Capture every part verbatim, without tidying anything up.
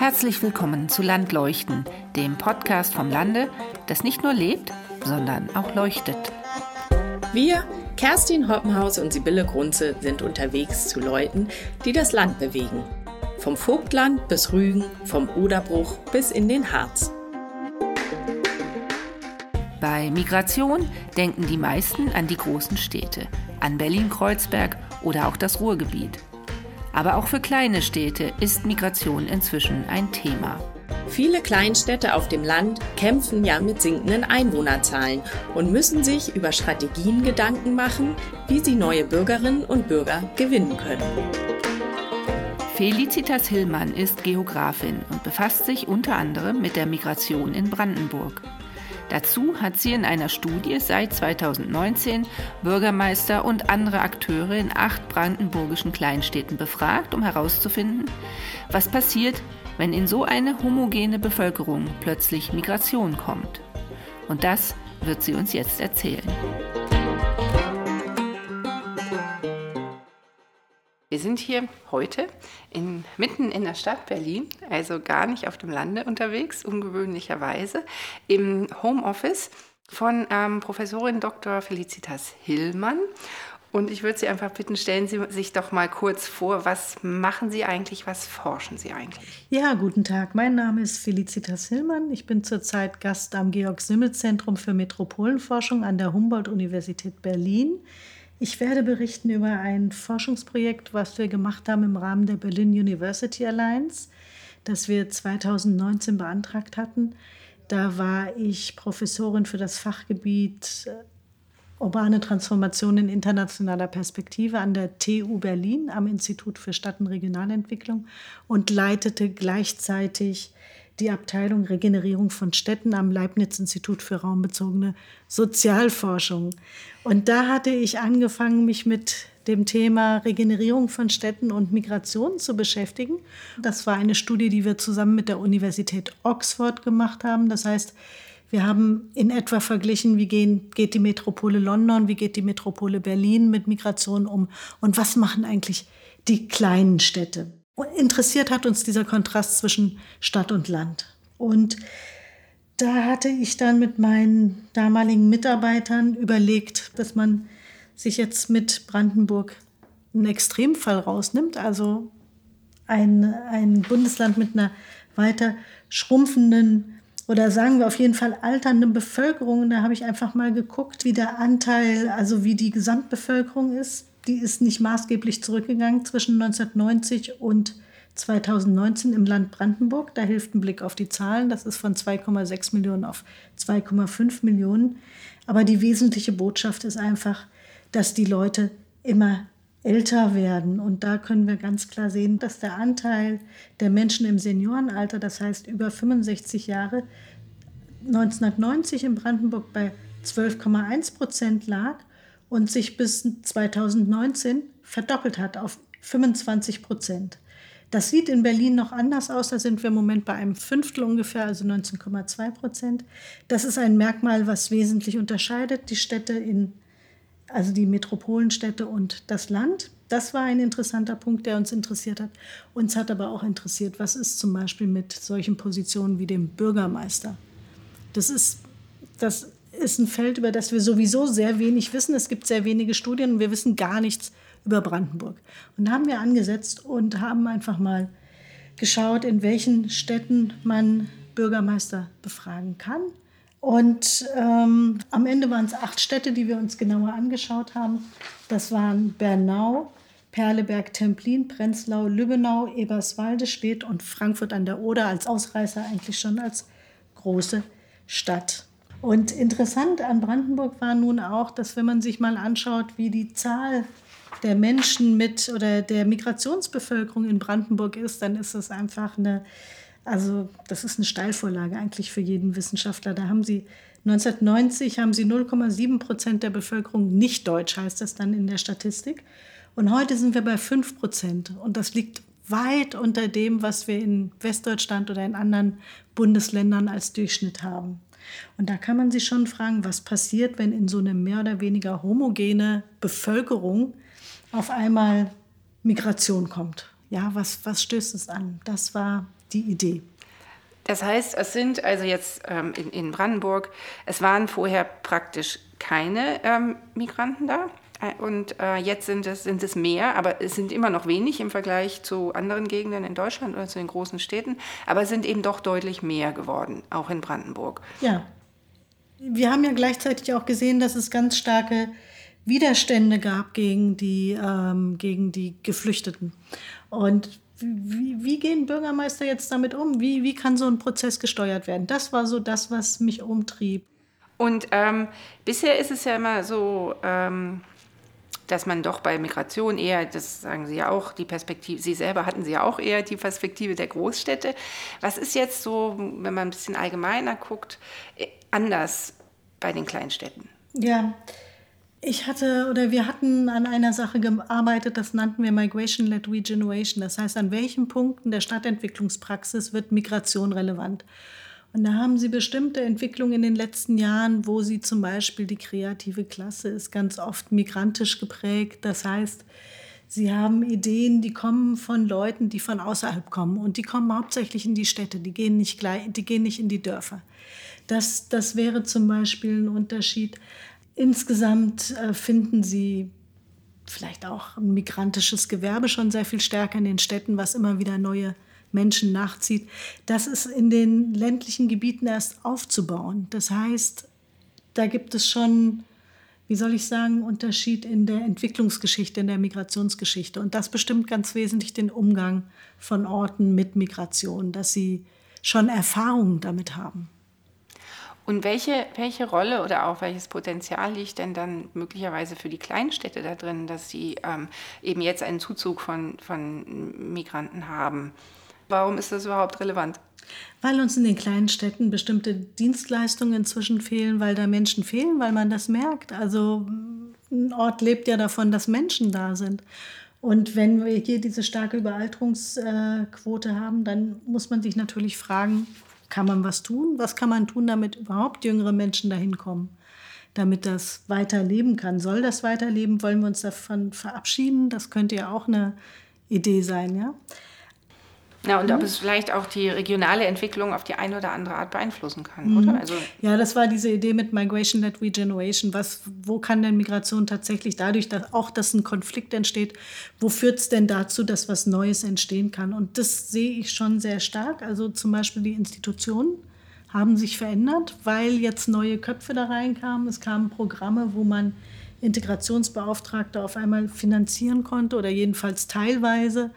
Herzlich willkommen zu Landleuchten, dem Podcast vom Lande, das nicht nur lebt, sondern auch leuchtet. Wir, Kerstin Hoppenhaus und Sibylle Grunze, sind unterwegs zu Leuten, die das Land bewegen. Vom Vogtland bis Rügen, vom Oderbruch bis in den Harz. Bei Migration denken die meisten an die großen Städte, an Berlin-Kreuzberg oder auch das Ruhrgebiet. Aber auch für kleine Städte ist Migration inzwischen ein Thema. Viele Kleinstädte auf dem Land kämpfen ja mit sinkenden Einwohnerzahlen und müssen sich über Strategien Gedanken machen, wie sie neue Bürgerinnen und Bürger gewinnen können. Felicitas Hillmann ist Geografin und befasst sich unter anderem mit der Migration in Brandenburg. Dazu hat sie in einer Studie seit zweitausendneunzehn Bürgermeister und andere Akteure in acht brandenburgischen Kleinstädten befragt, um herauszufinden, was passiert, wenn in so eine homogene Bevölkerung plötzlich Migration kommt. Und das wird sie uns jetzt erzählen. Wir sind hier heute in, mitten in der Stadt Berlin, also gar nicht auf dem Lande unterwegs, ungewöhnlicherweise, im Homeoffice von ähm, Professorin Doktor Felicitas Hillmann. Und ich würde Sie einfach bitten, stellen Sie sich doch mal kurz vor, was machen Sie eigentlich, was forschen Sie eigentlich? Ja, guten Tag, mein Name ist Felicitas Hillmann. Ich bin zurzeit Gast am Georg-Simmel-Zentrum für Metropolenforschung an der Humboldt-Universität Berlin. Ich werde berichten über ein Forschungsprojekt, was wir gemacht haben im Rahmen der Berlin University Alliance, das wir zweitausendneunzehn beantragt hatten. Da war ich Professorin für das Fachgebiet Urbane Transformation in internationaler Perspektive an der T U Berlin am Institut für Stadt- und Regionalentwicklung und leitete gleichzeitig die Abteilung Regenerierung von Städten am Leibniz-Institut für raumbezogene Sozialforschung. Und da hatte ich angefangen, mich mit dem Thema Regenerierung von Städten und Migration zu beschäftigen. Das war eine Studie, die wir zusammen mit der Universität Oxford gemacht haben. Das heißt, wir haben in etwa verglichen, wie gehen, geht die Metropole London, wie geht die Metropole Berlin mit Migration um und was machen eigentlich die kleinen Städte. Und interessiert hat uns dieser Kontrast zwischen Stadt und Land. Und da hatte ich dann mit meinen damaligen Mitarbeitern überlegt, dass man sich jetzt mit Brandenburg einen Extremfall rausnimmt, also ein, ein Bundesland mit einer weiter schrumpfenden oder sagen wir auf jeden Fall alternde Bevölkerung. Und da habe ich einfach mal geguckt, wie der Anteil, also wie die Gesamtbevölkerung ist. Die ist nicht maßgeblich zurückgegangen zwischen neunzehnhundertneunzig und zweitausendneunzehn im Land Brandenburg. Da hilft ein Blick auf die Zahlen. Das ist von zwei Komma sechs Millionen auf zwei Komma fünf Millionen. Aber die wesentliche Botschaft ist einfach, dass die Leute immer älter werden. Und da können wir ganz klar sehen, dass der Anteil der Menschen im Seniorenalter, das heißt über fünfundsechzig Jahre, neunzehnhundertneunzig in Brandenburg bei zwölf Komma eins Prozent lag und sich bis zweitausendneunzehn verdoppelt hat auf fünfundzwanzig Prozent. Das sieht in Berlin noch anders aus, da sind wir im Moment bei einem Fünftel ungefähr, also neunzehn Komma zwei Prozent. Das ist ein Merkmal, was wesentlich unterscheidet, die Städte in, also die Metropolenstädte und das Land. Das war ein interessanter Punkt, der uns interessiert hat. Uns hat aber auch interessiert, was ist zum Beispiel mit solchen Positionen wie dem Bürgermeister. Das ist, das ist ein Feld, über das wir sowieso sehr wenig wissen. Es gibt sehr wenige Studien und wir wissen gar nichts über Brandenburg. Und da haben wir angesetzt und haben einfach mal geschaut, in welchen Städten man Bürgermeister befragen kann. Und ähm, am Ende waren es acht Städte, die wir uns genauer angeschaut haben. Das waren Bernau, Perleberg, Templin, Prenzlau, Lübbenau, Eberswalde, Schwedt und Frankfurt an der Oder als Ausreißer eigentlich schon als große Stadt. Und interessant an Brandenburg war nun auch, dass wenn man sich mal anschaut, wie die Zahl der Menschen mit oder der Migrationsbevölkerung in Brandenburg ist, dann ist es einfach eine, also das ist eine Steilvorlage eigentlich für jeden Wissenschaftler. Da haben sie neunzehnhundertneunzig haben sie null Komma sieben Prozent der Bevölkerung nicht deutsch, heißt das dann in der Statistik. Und heute sind wir bei fünf Prozent. Und das liegt weit unter dem, was wir in Westdeutschland oder in anderen Bundesländern als Durchschnitt haben. Und da kann man sich schon fragen, was passiert, wenn in so eine mehr oder weniger homogene Bevölkerung auf einmal Migration kommt. Ja, was, was stößt es an? Das war die Idee. Das heißt, es sind also jetzt ähm, in, in Brandenburg, es waren vorher praktisch keine ähm, Migranten da und äh, jetzt sind es, sind es mehr, aber es sind immer noch wenig im Vergleich zu anderen Gegenden in Deutschland oder zu den großen Städten, aber es sind eben doch deutlich mehr geworden, auch in Brandenburg. Ja, wir haben ja gleichzeitig auch gesehen, dass es ganz starke Widerstände gab gegen die, ähm, gegen die Geflüchteten. Und Wie, wie gehen Bürgermeister jetzt damit um? Wie, wie kann so ein Prozess gesteuert werden? Das war so das, was mich umtrieb. Und ähm, bisher ist es ja immer so, ähm, dass man doch bei Migration eher, das sagen Sie ja auch, die Perspektive, Sie selber hatten Sie ja auch eher die Perspektive der Großstädte. Was ist jetzt so, wenn man ein bisschen allgemeiner guckt, anders bei den Kleinstädten? Ja, ich hatte oder wir hatten an einer Sache gearbeitet, das nannten wir Migration-led Regeneration. Das heißt, an welchen Punkten der Stadtentwicklungspraxis wird Migration relevant? Und da haben sie bestimmte Entwicklungen in den letzten Jahren, wo sie zum Beispiel die kreative Klasse ist ganz oft migrantisch geprägt. Das heißt, sie haben Ideen, die kommen von Leuten, die von außerhalb kommen. Und die kommen hauptsächlich in die Städte, die gehen nicht, gleich, die gehen nicht in die Dörfer. Das, das wäre zum Beispiel ein Unterschied. Insgesamt äh, finden Sie vielleicht auch ein migrantisches Gewerbe schon sehr viel stärker in den Städten, was immer wieder neue Menschen nachzieht. Das ist in den ländlichen Gebieten erst aufzubauen. Das heißt, da gibt es schon, wie soll ich sagen, Unterschied in der Entwicklungsgeschichte, in der Migrationsgeschichte. Und das bestimmt ganz wesentlich den Umgang von Orten mit Migration, dass sie schon Erfahrungen damit haben. Und welche, welche Rolle oder auch welches Potenzial liegt denn dann möglicherweise für die Kleinstädte da drin, dass sie ähm, eben jetzt einen Zuzug von, von Migranten haben? Warum ist das überhaupt relevant? Weil uns in den kleinen Städten bestimmte Dienstleistungen inzwischen fehlen, weil da Menschen fehlen, weil man das merkt. Also ein Ort lebt ja davon, dass Menschen da sind. Und wenn wir hier diese starke Überalterungsquote haben, dann muss man sich natürlich fragen, kann man was tun? Was kann man tun, damit überhaupt jüngere Menschen dahin kommen? Damit das weiterleben kann. Soll das weiterleben? Wollen wir uns davon verabschieden? Das könnte ja auch eine Idee sein, ja? Ja, und ob es vielleicht auch die regionale Entwicklung auf die eine oder andere Art beeinflussen kann, mhm. oder? Also ja, das war diese Idee mit Migration-led Regeneration. Was, wo kann denn Migration tatsächlich dadurch, dass auch dass ein Konflikt entsteht, wo führt es denn dazu, dass was Neues entstehen kann? Und das sehe ich schon sehr stark. Also zum Beispiel die Institutionen haben sich verändert, weil jetzt neue Köpfe da reinkamen. Es kamen Programme, wo man Integrationsbeauftragte auf einmal finanzieren konnte oder jedenfalls teilweise.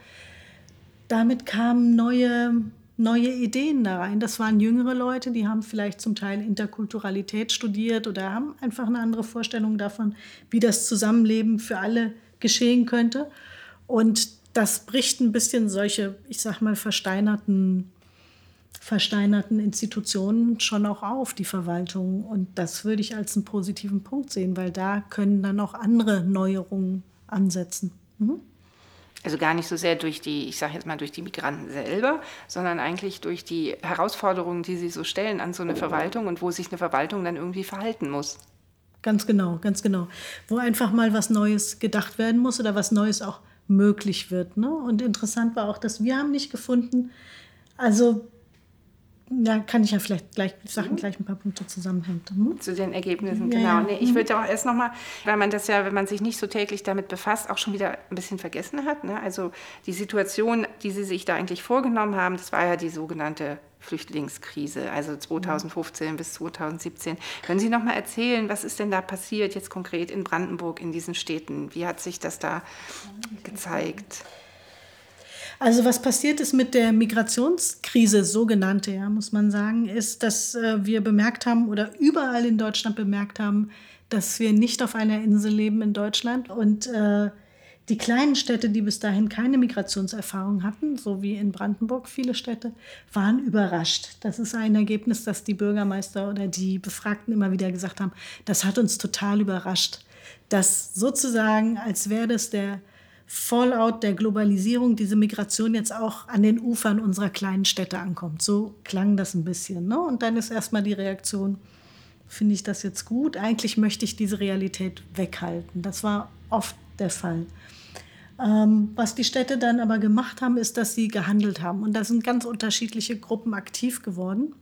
Damit kamen neue, neue Ideen da rein. Das waren jüngere Leute, die haben vielleicht zum Teil Interkulturalität studiert oder haben einfach eine andere Vorstellung davon, wie das Zusammenleben für alle geschehen könnte. Und das bricht ein bisschen solche, ich sag mal, versteinerten, versteinerten Institutionen schon auch auf, die Verwaltung. Und das würde ich als einen positiven Punkt sehen, weil da können dann auch andere Neuerungen ansetzen. Mhm. Also gar nicht so sehr durch die, ich sage jetzt mal durch die Migranten selber, sondern eigentlich durch die Herausforderungen, die sie so stellen an so eine Verwaltung und wo sich eine Verwaltung dann irgendwie verhalten muss. Ganz genau, ganz genau. Wo einfach mal was Neues gedacht werden muss oder was Neues auch möglich wird. Ne? Und interessant war auch, dass wir haben nicht gefunden, also da kann ich ja vielleicht gleich, ich sage gleich ein paar Punkte zusammenhängen. Hm? Zu den Ergebnissen, ja, genau. Ja. Nee, ich würde auch erst nochmal, weil man das ja, wenn man sich nicht so täglich damit befasst, auch schon wieder ein bisschen vergessen hat. Ne? Also die Situation, die Sie sich da eigentlich vorgenommen haben, das war ja die sogenannte Flüchtlingskrise, also zweitausendfünfzehn bis zweitausendsiebzehn. Können Sie noch mal erzählen, was ist denn da passiert, jetzt konkret in Brandenburg, in diesen Städten? Wie hat sich das da gezeigt? Also was passiert ist mit der Migrationskrise, sogenannte, ja, muss man sagen, ist, dass äh, wir bemerkt haben oder überall in Deutschland bemerkt haben, dass wir nicht auf einer Insel leben in Deutschland. Und äh, die kleinen Städte, die bis dahin keine Migrationserfahrung hatten, so wie in Brandenburg viele Städte, waren überrascht. Das ist ein Ergebnis, das die Bürgermeister oder die Befragten immer wieder gesagt haben. Das hat uns total überrascht, dass sozusagen, als wäre das der Fallout der Globalisierung, diese Migration jetzt auch an den Ufern unserer kleinen Städte ankommt. So klang das ein bisschen. Ne? Und dann ist erstmal die Reaktion, finde ich das jetzt gut? Eigentlich möchte ich diese Realität weghalten. Das war oft der Fall. Ähm, was die Städte dann aber gemacht haben, ist, dass sie gehandelt haben. Und da sind ganz unterschiedliche Gruppen aktiv geworden.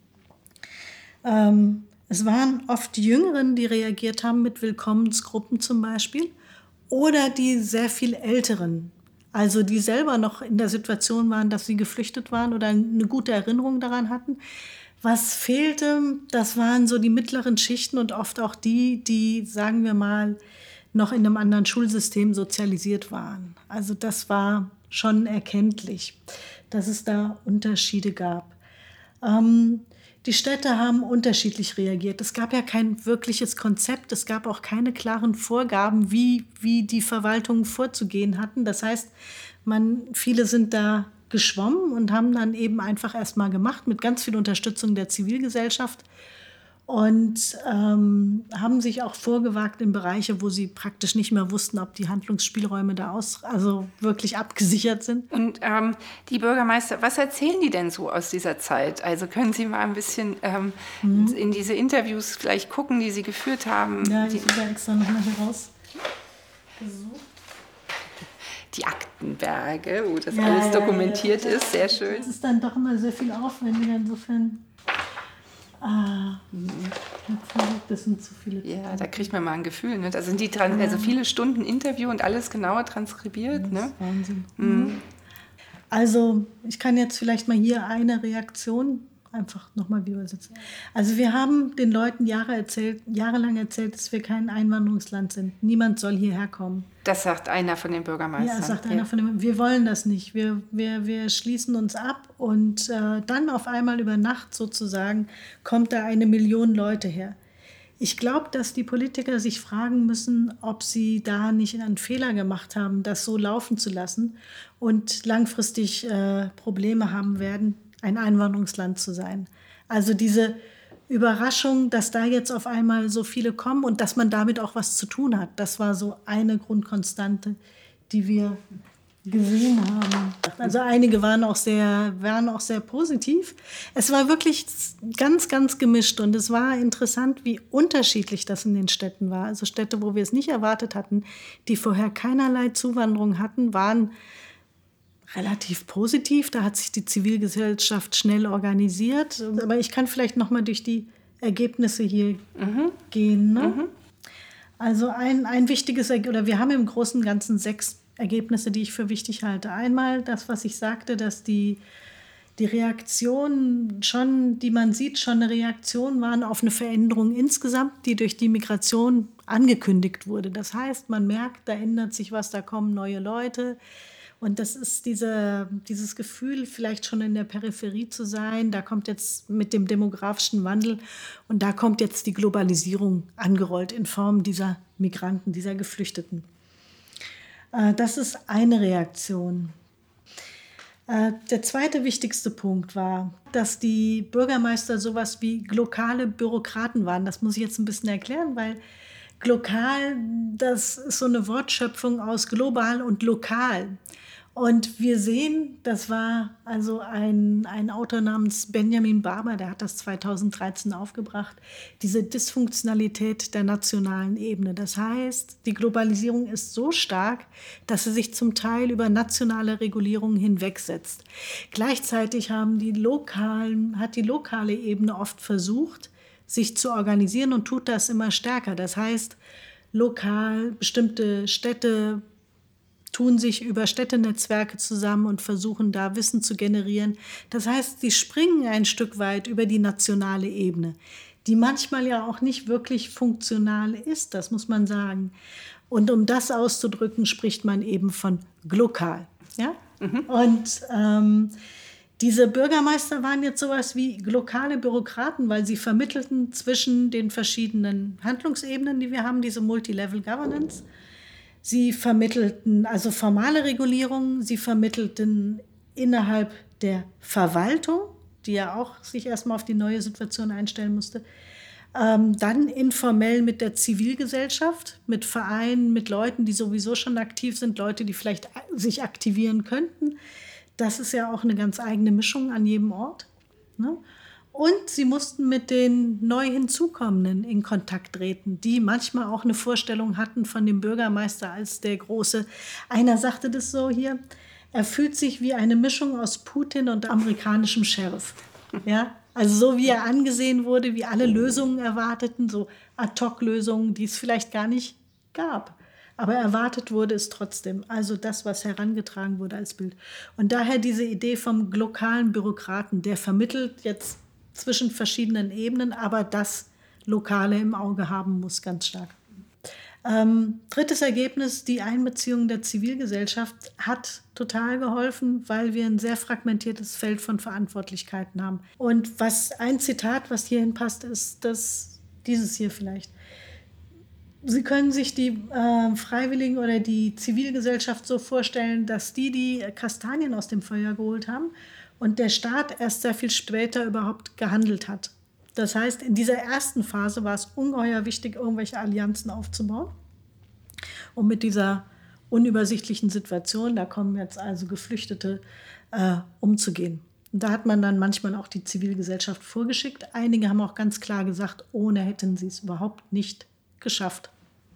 Ähm, es waren oft die Jüngeren, die reagiert haben mit Willkommensgruppen zum Beispiel. Oder die sehr viel Älteren, also die selber noch in der Situation waren, dass sie geflüchtet waren oder eine gute Erinnerung daran hatten. Was fehlte, das waren so die mittleren Schichten und oft auch die, die, sagen wir mal, noch in einem anderen Schulsystem sozialisiert waren. Also das war schon erkenntlich, dass es da Unterschiede gab. Ähm, die Städte haben unterschiedlich reagiert. Es gab ja kein wirkliches Konzept, es gab auch keine klaren Vorgaben, wie, wie die Verwaltungen vorzugehen hatten. Das heißt, man, viele sind da geschwommen und haben dann eben einfach erstmal gemacht mit ganz viel Unterstützung der Zivilgesellschaft und ähm, haben sich auch vorgewagt in Bereiche, wo sie praktisch nicht mehr wussten, ob die Handlungsspielräume da aus, also wirklich abgesichert sind. Und ähm, die Bürgermeister, was erzählen die denn so aus dieser Zeit? Also können Sie mal ein bisschen ähm, mhm. in diese Interviews vielleicht gucken, die Sie geführt haben? Ja, die, ich habe extra nochmal hier raus gesucht. Die Aktenberge, wo das ja, alles ja, dokumentiert ja, ja. ist, sehr schön. Das ist dann doch immer sehr viel aufwendiger, insofern. Ah, das sind zu viele. Ja, da kriegt man mal ein Gefühl. Ne? Da sind die dran, also viele Stunden Interview und alles genauer transkribiert. Das ne? ist Wahnsinn. Mhm. Also ich kann jetzt vielleicht mal hier eine Reaktion einfach nochmal übersetzen. Also wir haben den Leuten Jahre erzählt, jahrelang erzählt, dass wir kein Einwanderungsland sind. Niemand soll hierher kommen. Das sagt einer von den Bürgermeistern. Ja, sagt ja. einer von den. Wir wollen das nicht. Wir, wir, wir schließen uns ab und äh, dann auf einmal über Nacht sozusagen kommt da eine Million Leute her. Ich glaube, dass die Politiker sich fragen müssen, ob sie da nicht einen Fehler gemacht haben, das so laufen zu lassen und langfristig äh, Probleme haben werden, ein Einwanderungsland zu sein. Also diese Überraschung, dass da jetzt auf einmal so viele kommen und dass man damit auch was zu tun hat, das war so eine Grundkonstante, die wir gesehen haben. Also einige waren auch sehr, waren auch sehr positiv. Es war wirklich ganz, ganz gemischt und es war interessant, wie unterschiedlich das in den Städten war. Also Städte, wo wir es nicht erwartet hatten, die vorher keinerlei Zuwanderung hatten, waren relativ positiv. Da hat sich die Zivilgesellschaft schnell organisiert. Aber ich kann vielleicht noch mal durch die Ergebnisse hier mhm. gehen. Ne? Mhm. Also ein, ein wichtiges, oder wir haben im Großen und Ganzen sechs Ergebnisse, die ich für wichtig halte. Einmal das, was ich sagte, dass die, die Reaktion schon, die man sieht, schon eine Reaktion waren auf eine Veränderung insgesamt, die durch die Migration angekündigt wurde. Das heißt, man merkt, da ändert sich was, da kommen neue Leute. Und das ist diese, dieses Gefühl, vielleicht schon in der Peripherie zu sein. Da kommt jetzt mit dem demografischen Wandel und da kommt jetzt die Globalisierung angerollt in Form dieser Migranten, dieser Geflüchteten. Das ist eine Reaktion. Der zweite wichtigste Punkt war, dass die Bürgermeister sowas wie lokale Bürokraten waren. Das muss ich jetzt ein bisschen erklären, weil global, das ist so eine Wortschöpfung aus global und lokal. Und wir sehen, das war also ein, ein Autor namens Benjamin Barber, der hat das zweitausenddreizehn aufgebracht, diese Dysfunktionalität der nationalen Ebene. Das heißt, die Globalisierung ist so stark, dass sie sich zum Teil über nationale Regulierungen hinwegsetzt. Gleichzeitig haben die lokalen, hat die lokale Ebene oft versucht, sich zu organisieren und tut das immer stärker. Das heißt, lokal bestimmte Städte tun sich über Städtenetzwerke zusammen und versuchen da Wissen zu generieren. Das heißt, sie springen ein Stück weit über die nationale Ebene, die manchmal ja auch nicht wirklich funktional ist, das muss man sagen. Und um das auszudrücken, spricht man eben von glokal. Ja? Mhm. Und ähm, diese Bürgermeister waren jetzt sowas wie lokale Bürokraten, weil sie vermittelten zwischen den verschiedenen Handlungsebenen, die wir haben, diese Multilevel-Governance. Sie vermittelten also formale Regulierungen, sie vermittelten innerhalb der Verwaltung, die ja auch sich erstmal auf die neue Situation einstellen musste, ähm, dann informell mit der Zivilgesellschaft, mit Vereinen, mit Leuten, die sowieso schon aktiv sind, Leute, die vielleicht sich aktivieren könnten. Das ist ja auch eine ganz eigene Mischung an jedem Ort. Ne? Und sie mussten mit den neu hinzukommenden in Kontakt treten, die manchmal auch eine Vorstellung hatten von dem Bürgermeister als der Große. Einer sagte das so hier, er fühlt sich wie eine Mischung aus Putin und amerikanischem Sheriff. Ja? Also so wie er angesehen wurde, wie alle Lösungen erwarteten, so Ad-hoc-Lösungen, die es vielleicht gar nicht gab. Aber erwartet wurde es trotzdem. Also das, was herangetragen wurde als Bild. Und daher diese Idee vom lokalen Bürokraten, der vermittelt jetzt zwischen verschiedenen Ebenen, aber das Lokale im Auge haben muss, ganz stark. Ähm, drittes Ergebnis, die Einbeziehung der Zivilgesellschaft hat total geholfen, weil wir ein sehr fragmentiertes Feld von Verantwortlichkeiten haben. Und was ein Zitat, was hierhin passt, ist das, dieses hier vielleicht. Sie können sich die äh, Freiwilligen oder die Zivilgesellschaft so vorstellen, dass die die Kastanien aus dem Feuer geholt haben und der Staat erst sehr viel später überhaupt gehandelt hat. Das heißt, in dieser ersten Phase war es ungeheuer wichtig, irgendwelche Allianzen aufzubauen, um mit dieser unübersichtlichen Situation, da kommen jetzt also Geflüchtete, äh, umzugehen. Und da hat man dann manchmal auch die Zivilgesellschaft vorgeschickt. Einige haben auch ganz klar gesagt, ohne hätten sie es überhaupt nicht geschafft.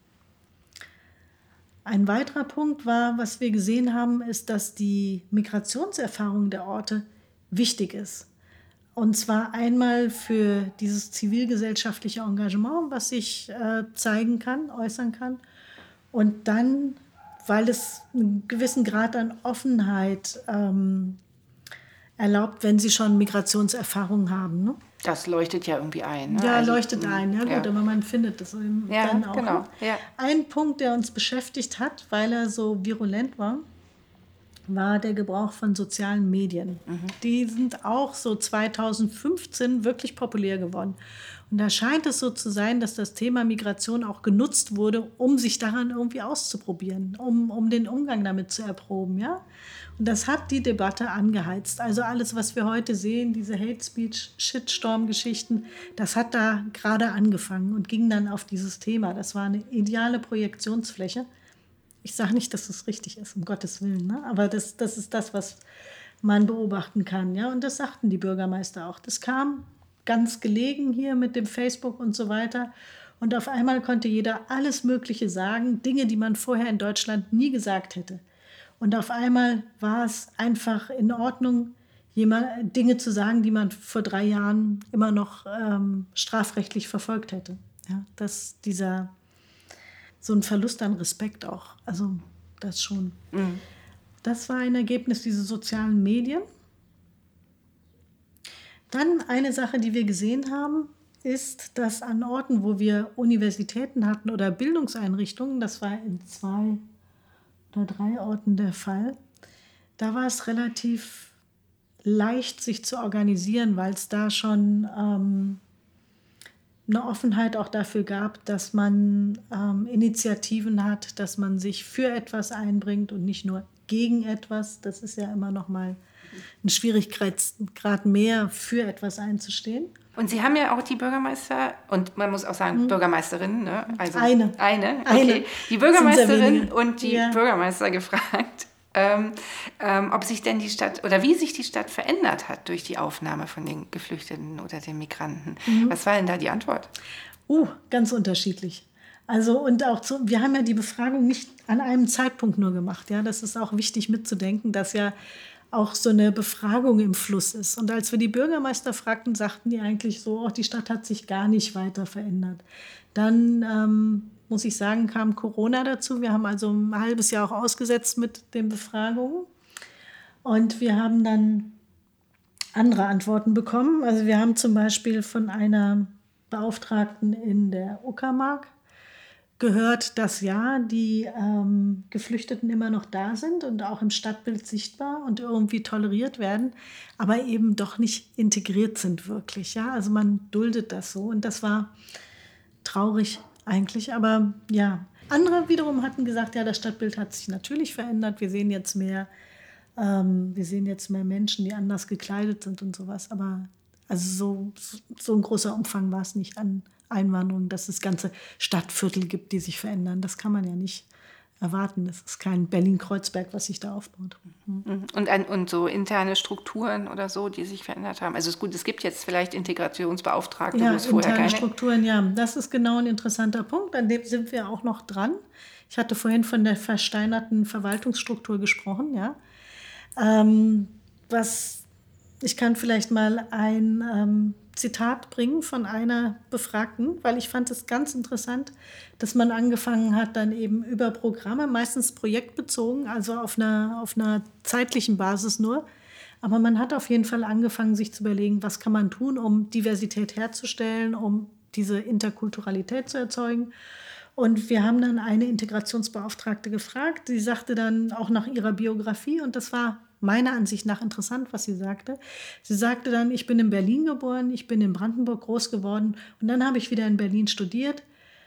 Ein weiterer Punkt war, was wir gesehen haben, ist, dass die Migrationserfahrung der Orte wichtig ist. Und zwar einmal für dieses zivilgesellschaftliche Engagement, was sich äh, zeigen kann, äußern kann. Und dann, weil es einen gewissen Grad an Offenheit ähm, erlaubt, wenn sie schon Migrationserfahrung haben. Ne? Das leuchtet ja irgendwie ein. Ne? Ja, also, leuchtet ein, ja, ja gut, aber man findet das eben ja, dann auch. Genau. Ne? Ja. Ein Punkt, der uns beschäftigt hat, weil er so virulent war, war der Gebrauch von sozialen Medien. Mhm. Die sind auch so zweitausendfünfzehn wirklich populär geworden. Und da scheint es so zu sein, dass das Thema Migration auch genutzt wurde, um sich daran irgendwie auszuprobieren, um, um den Umgang damit zu erproben. Ja? Und das hat die Debatte angeheizt. Also alles, was wir heute sehen, diese Hate Speech, Shitstorm-Geschichten, das hat da gerade angefangen und ging dann auf dieses Thema. Das war eine ideale Projektionsfläche. Ich sage nicht, dass es richtig ist, um Gottes Willen, ne? Aber das, das ist das, was man beobachten kann. Ja? Und das sagten die Bürgermeister auch. Das kam ganz gelegen hier mit dem Facebook und so weiter. Und auf einmal konnte jeder alles Mögliche sagen, Dinge, die man vorher in Deutschland nie gesagt hätte. Und auf einmal war es einfach in Ordnung, jemand, Dinge zu sagen, die man vor drei Jahren immer noch ähm, strafrechtlich verfolgt hätte. Ja? Dass dieser... so ein Verlust an Respekt auch. Also das schon. Mhm. Das war ein Ergebnis dieser sozialen Medien. Dann eine Sache, die wir gesehen haben, ist, dass an Orten, wo wir Universitäten hatten oder Bildungseinrichtungen, das war in zwei oder drei Orten der Fall, da war es relativ leicht, sich zu organisieren, weil es da schon... Ähm, eine Offenheit auch dafür gab, dass man ähm, Initiativen hat, dass man sich für etwas einbringt und nicht nur gegen etwas. Das ist ja immer noch mal ein Schwierigkeitsgrad mehr, für etwas einzustehen. Und Sie haben ja auch die Bürgermeister, und man muss auch sagen, hm. Bürgermeisterin, ne? Also eine. Eine, okay. Eine. Die Bürgermeisterin und die ja. Bürgermeister gefragt, Ähm, ähm, ob sich denn die Stadt oder wie sich die Stadt verändert hat durch die Aufnahme von den Geflüchteten oder den Migranten. Mhm. Was war denn da die Antwort? Uh, ganz unterschiedlich. Also und auch zu, wir haben ja die Befragung nicht an einem Zeitpunkt nur gemacht. Ja, das ist auch wichtig mitzudenken, dass ja auch so eine Befragung im Fluss ist. Und als wir die Bürgermeister fragten, sagten die eigentlich so, oh, die Stadt hat sich gar nicht weiter verändert. Dann ähm, muss ich sagen, kam Corona dazu. Wir haben also ein halbes Jahr auch ausgesetzt mit den Befragungen. Und wir haben dann andere Antworten bekommen. Also wir haben zum Beispiel von einer Beauftragten in der Uckermark gehört, dass ja, die ähm, Geflüchteten immer noch da sind und auch im Stadtbild sichtbar und irgendwie toleriert werden, aber eben doch nicht integriert sind wirklich. Ja? Also man duldet das so und das war traurig eigentlich, aber ja. Andere wiederum hatten gesagt, ja, das Stadtbild hat sich natürlich verändert. Wir sehen jetzt mehr, ähm, wir sehen jetzt mehr Menschen, die anders gekleidet sind und sowas. Aber also so, so ein großer Umfang war es nicht an Einwanderung, dass es ganze Stadtviertel gibt, die sich verändern. Das kann man ja nicht erwarten. Es ist kein Berlin-Kreuzberg, was sich da aufbaut. Mhm. Und, ein, und so interne Strukturen oder so, die sich verändert haben. Also es ist gut, es gibt jetzt vielleicht Integrationsbeauftragte, ja, wo es vorher interne keine... Strukturen, ja. Das ist genau ein interessanter Punkt, an dem sind wir auch noch dran. Ich hatte vorhin von der versteinerten Verwaltungsstruktur gesprochen, ja. Ähm, was, ich kann vielleicht mal ein ähm, Zitat bringen von einer Befragten, weil ich fand es ganz interessant, dass man angefangen hat, dann eben über Programme, meistens projektbezogen, also auf einer, auf einer zeitlichen Basis nur, aber man hat auf jeden Fall angefangen, sich zu überlegen, was kann man tun, um Diversität herzustellen, um diese Interkulturalität zu erzeugen. Und wir haben dann eine Integrationsbeauftragte gefragt. Sie sagte dann auch nach ihrer Biografie, und das war meiner Ansicht nach interessant, was sie sagte. Sie sagte dann, ich bin in Berlin geboren, ich bin in Brandenburg groß geworden und dann habe ich wieder in Berlin studiert,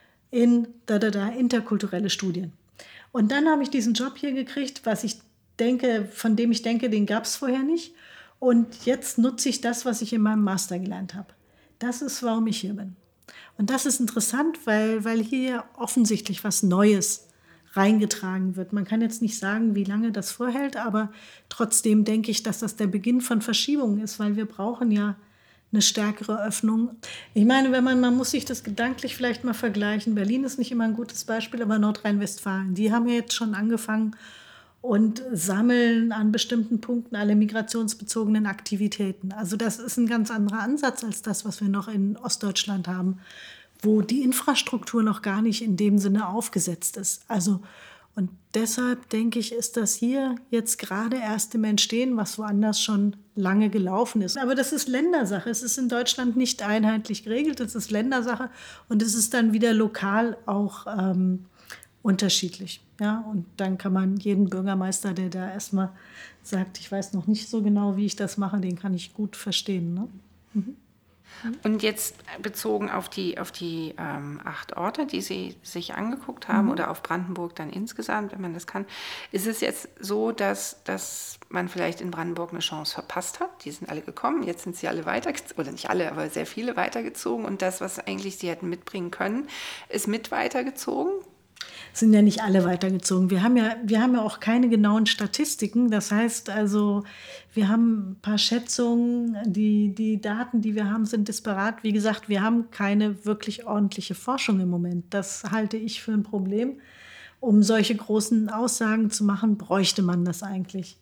in da, da, da, interkulturelle Studien. Und dann habe ich diesen Job hier gekriegt, was ich denke, von dem ich denke, den gab es vorher nicht. Und jetzt nutze ich das, was ich in meinem Master gelernt habe. Das ist, warum ich hier bin. Und das ist interessant, weil, weil hier offensichtlich was Neues reingetragen wird. Man kann jetzt nicht sagen, wie lange das vorhält, aber trotzdem denke ich, dass das der Beginn von Verschiebungen ist, weil wir brauchen ja eine stärkere Öffnung. Ich meine, wenn man, man muss sich das gedanklich vielleicht mal vergleichen. Berlin ist nicht immer ein gutes Beispiel, aber Nordrhein-Westfalen, die haben ja jetzt schon angefangen und sammeln an bestimmten Punkten alle migrationsbezogenen Aktivitäten. Also das ist ein ganz anderer Ansatz als das, was wir noch in Ostdeutschland haben, wo die Infrastruktur noch gar nicht in dem Sinne aufgesetzt ist. Also, und deshalb denke ich, ist das hier jetzt gerade erst im Entstehen, was woanders schon lange gelaufen ist. Aber das ist Ländersache. Es ist in Deutschland nicht einheitlich geregelt. Es ist Ländersache und es ist dann wieder lokal auch ähm, unterschiedlich. Ja, und dann kann man jeden Bürgermeister, der da erstmal sagt, ich weiß noch nicht so genau, wie ich das mache, den kann ich gut verstehen. Ne? Mhm. Und jetzt bezogen auf die, auf die ähm, acht Orte, die Sie sich angeguckt haben, mhm. oder auf Brandenburg dann insgesamt, wenn man das kann, ist es jetzt so, dass, dass man vielleicht in Brandenburg eine Chance verpasst hat? Die sind alle gekommen, jetzt sind sie alle weitergezogen, oder nicht alle, aber sehr viele weitergezogen. Und das, was eigentlich sie hätten mitbringen können, ist mit weitergezogen? Sind ja nicht alle weitergezogen. Wir haben ja, wir haben ja auch keine genauen Statistiken. Das heißt also, wir haben ein paar Schätzungen. Die, die Daten, die wir haben, sind disparat. Wie gesagt, wir haben keine wirklich ordentliche Forschung im Moment. Das halte ich für ein Problem. Um solche großen Aussagen zu machen, bräuchte man das eigentlich.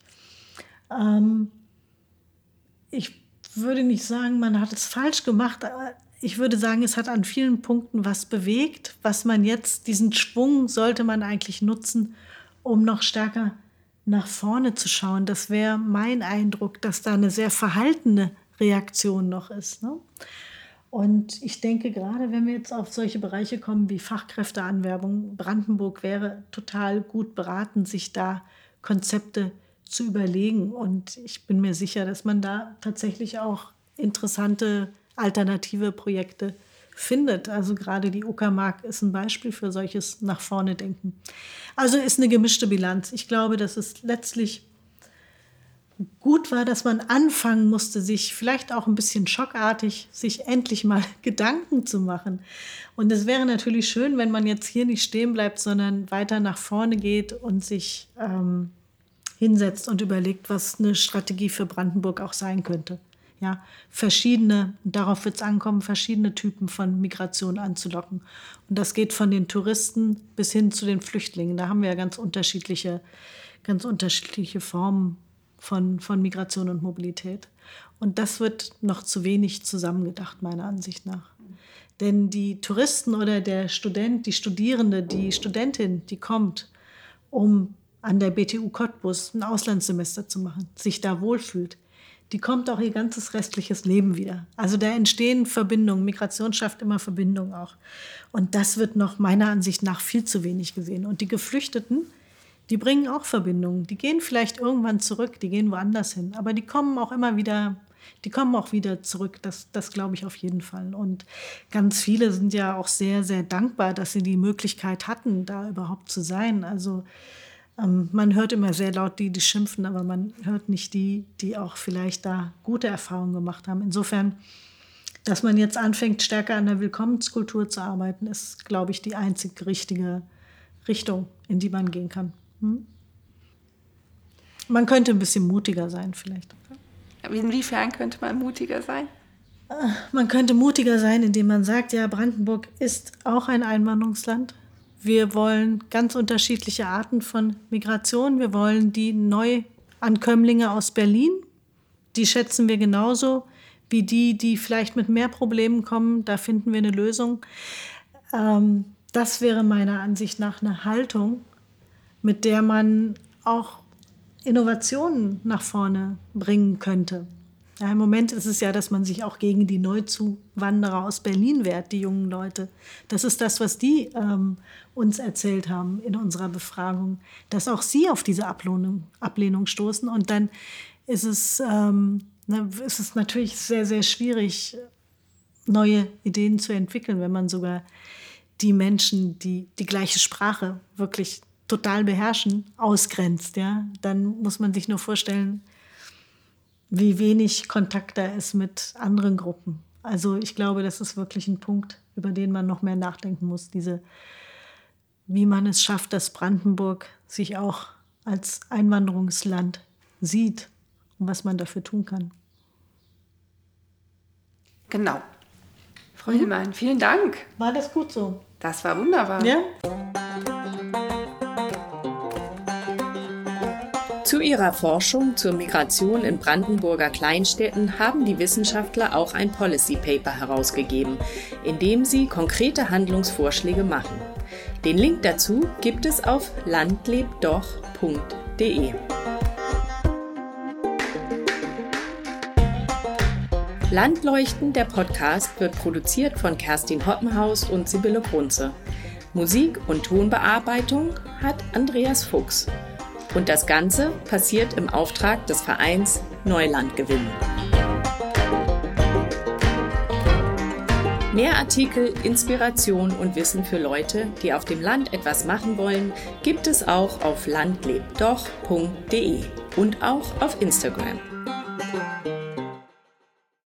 Ähm, ich würde nicht sagen, man hat es falsch gemacht. Ich würde sagen, es hat an vielen Punkten was bewegt, was man jetzt, diesen Schwung sollte man eigentlich nutzen, um noch stärker nach vorne zu schauen. Das wäre mein Eindruck, dass da eine sehr verhaltene Reaktion noch ist. Ne? Und ich denke, gerade wenn wir jetzt auf solche Bereiche kommen wie Fachkräfteanwerbung, Brandenburg wäre total gut beraten, sich da Konzepte zu überlegen. Und ich bin mir sicher, dass man da tatsächlich auch interessante alternative Projekte findet. Also gerade die Uckermark ist ein Beispiel für solches nach vorne denken. Also ist eine gemischte Bilanz. Ich glaube, dass es letztlich gut war, dass man anfangen musste, sich vielleicht auch ein bisschen schockartig, sich endlich mal Gedanken zu machen. Und es wäre natürlich schön, wenn man jetzt hier nicht stehen bleibt, sondern weiter nach vorne geht und sich ähm, hinsetzt und überlegt, was eine Strategie für Brandenburg auch sein könnte. Ja, verschiedene, darauf wird es ankommen, verschiedene Typen von Migration anzulocken. Und das geht von den Touristen bis hin zu den Flüchtlingen. Da haben wir ja ganz unterschiedliche, ganz unterschiedliche Formen von, von Migration und Mobilität. Und das wird noch zu wenig zusammengedacht, meiner Ansicht nach. Denn die Touristen oder der Student, die Studierende, die Studentin, die kommt, um an der B T U Cottbus ein Auslandssemester zu machen, sich da wohlfühlt, die kommt auch ihr ganzes restliches Leben wieder. Also da entstehen Verbindungen. Migration schafft immer Verbindungen auch. Und das wird noch meiner Ansicht nach viel zu wenig gesehen. Und die Geflüchteten, die bringen auch Verbindungen. Die gehen vielleicht irgendwann zurück, die gehen woanders hin. Aber die kommen auch immer wieder, die kommen auch wieder zurück. Das, das glaube ich auf jeden Fall. Und ganz viele sind ja auch sehr, sehr dankbar, dass sie die Möglichkeit hatten, da überhaupt zu sein. Also man hört immer sehr laut die, die schimpfen, aber man hört nicht die, die auch vielleicht da gute Erfahrungen gemacht haben. Insofern, dass man jetzt anfängt, stärker an der Willkommenskultur zu arbeiten, ist, glaube ich, die einzig richtige, Richtung, in die man gehen kann. Hm? Man könnte ein bisschen mutiger sein vielleicht. Inwiefern könnte man mutiger sein? Man könnte mutiger sein, indem man sagt, ja, Brandenburg ist auch ein Einwanderungsland. Wir wollen ganz unterschiedliche Arten von Migration. Wir wollen die Neuankömmlinge aus Berlin. Die schätzen wir genauso wie die, die vielleicht mit mehr Problemen kommen. Da finden wir eine Lösung. Ähm, das wäre meiner Ansicht nach eine Haltung, mit der man auch Innovationen nach vorne bringen könnte. Ja, im Moment ist es ja, dass man sich auch gegen die Neuzuwanderer aus Berlin wehrt, die jungen Leute. Das ist das, was die ähm, uns erzählt haben in unserer Befragung, dass auch sie auf diese Ablehnung, Ablehnung stoßen. Und dann ist es, ähm, ne, ist es natürlich sehr, sehr schwierig, neue Ideen zu entwickeln, wenn man sogar die Menschen, die die gleiche Sprache wirklich total beherrschen, ausgrenzt. Ja? Dann muss man sich nur vorstellen, wie wenig Kontakt da ist mit anderen Gruppen. Also ich glaube, das ist wirklich ein Punkt, über den man noch mehr nachdenken muss. Diese, wie man es schafft, dass Brandenburg sich auch als Einwanderungsland sieht und was man dafür tun kann. Genau. Frau mhm. Hillmann, vielen Dank. War das gut so? Das war wunderbar. Ja? Zu ihrer Forschung zur Migration in Brandenburger Kleinstädten haben die Wissenschaftler auch ein Policy Paper herausgegeben, in dem sie konkrete Handlungsvorschläge machen. Den Link dazu gibt es auf landlebtdoch punkt de. Landleuchten, der Podcast, wird produziert von Kerstin Hoppenhaus und Sibylle Grunze. Musik und Tonbearbeitung hat Andreas Fuchs. Und das Ganze passiert im Auftrag des Vereins Neuland gewinnen. Mehr Artikel, Inspiration und Wissen für Leute, die auf dem Land etwas machen wollen, gibt es auch auf landlebtdoch punkt de und auch auf Instagram.